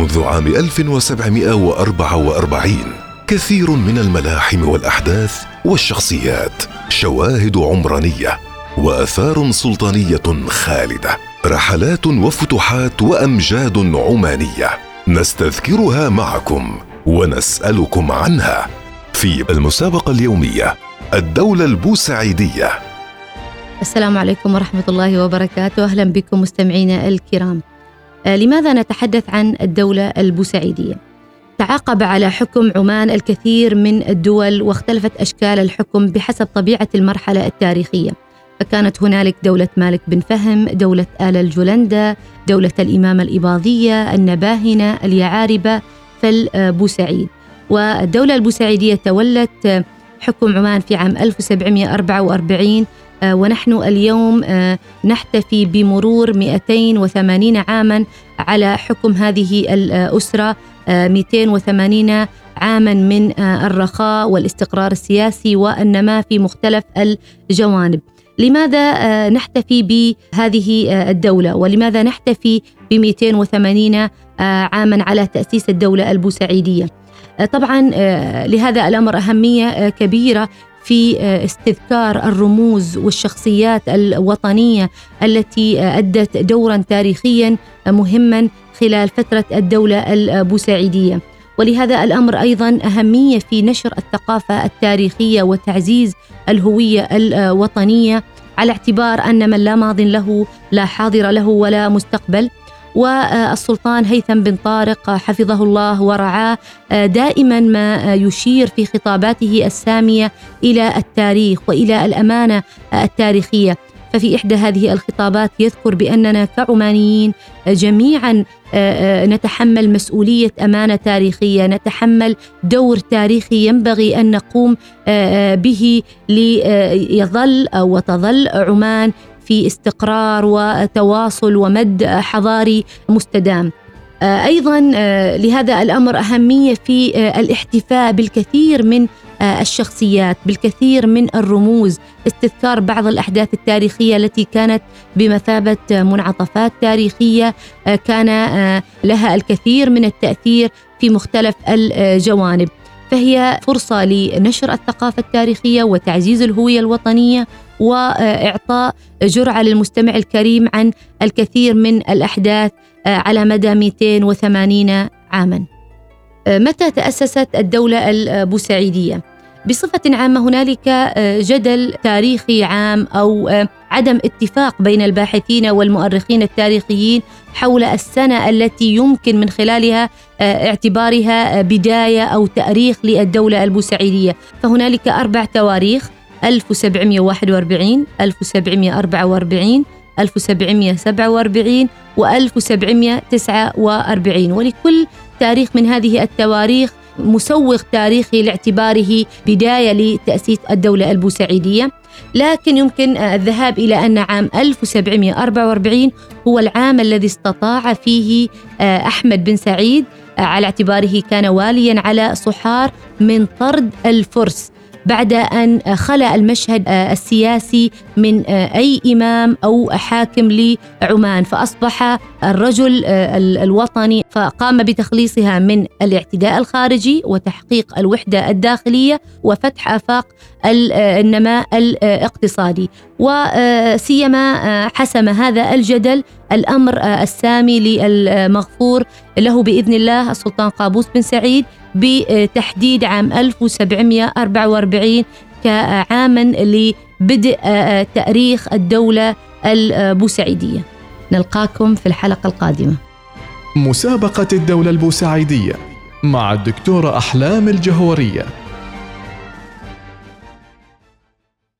منذ عام 1744 كثير من الملاحم والأحداث والشخصيات، شواهد عمرانية وآثار سلطانية خالدة، رحلات وفتوحات وأمجاد عمانية نستذكرها معكم ونسألكم عنها في المسابقة اليومية الدولة البوسعيدية. السلام عليكم ورحمة الله وبركاته، أهلا بكم مستمعينا الكرام. لماذا نتحدث عن الدولة البوسعيدية؟ تعاقب على حكم عمان الكثير من الدول واختلفت أشكال الحكم بحسب طبيعة المرحلة التاريخية، فكانت هنالك دولة مالك بن فهم، دولة آل الجولندة، دولة الإمامة الإباضية، النباهنة، اليعاربة، فالبوسعيد. والدولة البوسعيدية تولت حكم عمان في عام 1744، ونحن اليوم نحتفي بمرور 280 عاما على حكم هذه الأسرة، 280 عاما من الرخاء والاستقرار السياسي والنماء في مختلف الجوانب. لماذا نحتفي بهذه الدولة ولماذا نحتفي ب280 عاما على تأسيس الدولة البوسعيدية؟ طبعا لهذا الأمر أهمية كبيرة في استذكار الرموز والشخصيات الوطنية التي أدت دورا تاريخيا مهما خلال فترة الدولة البوسعيدية، ولهذا الأمر أيضا أهمية في نشر الثقافة التاريخية وتعزيز الهوية الوطنية، على اعتبار أن من لا ماض له لا حاضر له ولا مستقبل. والسلطان هيثم بن طارق حفظه الله ورعاه دائما ما يشير في خطاباته السامية إلى التاريخ وإلى الأمانة التاريخية، ففي إحدى هذه الخطابات يذكر بأننا كعمانيين جميعا نتحمل مسؤولية أمانة تاريخية، نتحمل دور تاريخي ينبغي أن نقوم به ليظل أو تظل عمان في استقرار وتواصل ومد حضاري مستدام. أيضا لهذا الأمر أهمية في الاحتفاء بالكثير من الشخصيات، بالكثير من الرموز، استذكار بعض الأحداث التاريخية التي كانت بمثابة منعطفات تاريخية كان لها الكثير من التأثير في مختلف الجوانب، فهي فرصة لنشر الثقافة التاريخية وتعزيز الهوية الوطنية وإعطاء جرعة للمستمع الكريم عن الكثير من الأحداث على مدى 280 عاما. متى تأسست الدولة البوسعيدية؟ بصفة عامة هنالك جدل تاريخي عام أو عدم اتفاق بين الباحثين والمؤرخين التاريخيين حول السنة التي يمكن من خلالها اعتبارها بداية أو تاريخ للدولة البوسعيدية، فهنالك 4 تواريخ: 1741 1744 1747 و1749، ولكل تاريخ من هذه التواريخ مسوغ تاريخي لاعتباره بداية لتأسيس الدولة البوسعيدية. لكن يمكن الذهاب إلى أن عام 1744 هو العام الذي استطاع فيه أحمد بن سعيد، على اعتباره كان واليا على صحار، من طرد الفرس بعد أن خلأ المشهد السياسي من أي إمام أو حاكم لعمان، فأصبح الرجل الوطني فقام بتخليصها من الاعتداء الخارجي وتحقيق الوحدة الداخلية وفتح آفاق النماء الاقتصادي. وسيما حسم هذا الجدل الأمر السامي للمغفور له بإذن الله السلطان قابوس بن سعيد بتحديد عام 1744 كعاما لبدء تاريخ الدولة البوسعيدية. نلقاكم في الحلقة القادمة. مسابقة الدولة البوسعيدية مع الدكتورة أحلام الجهورية.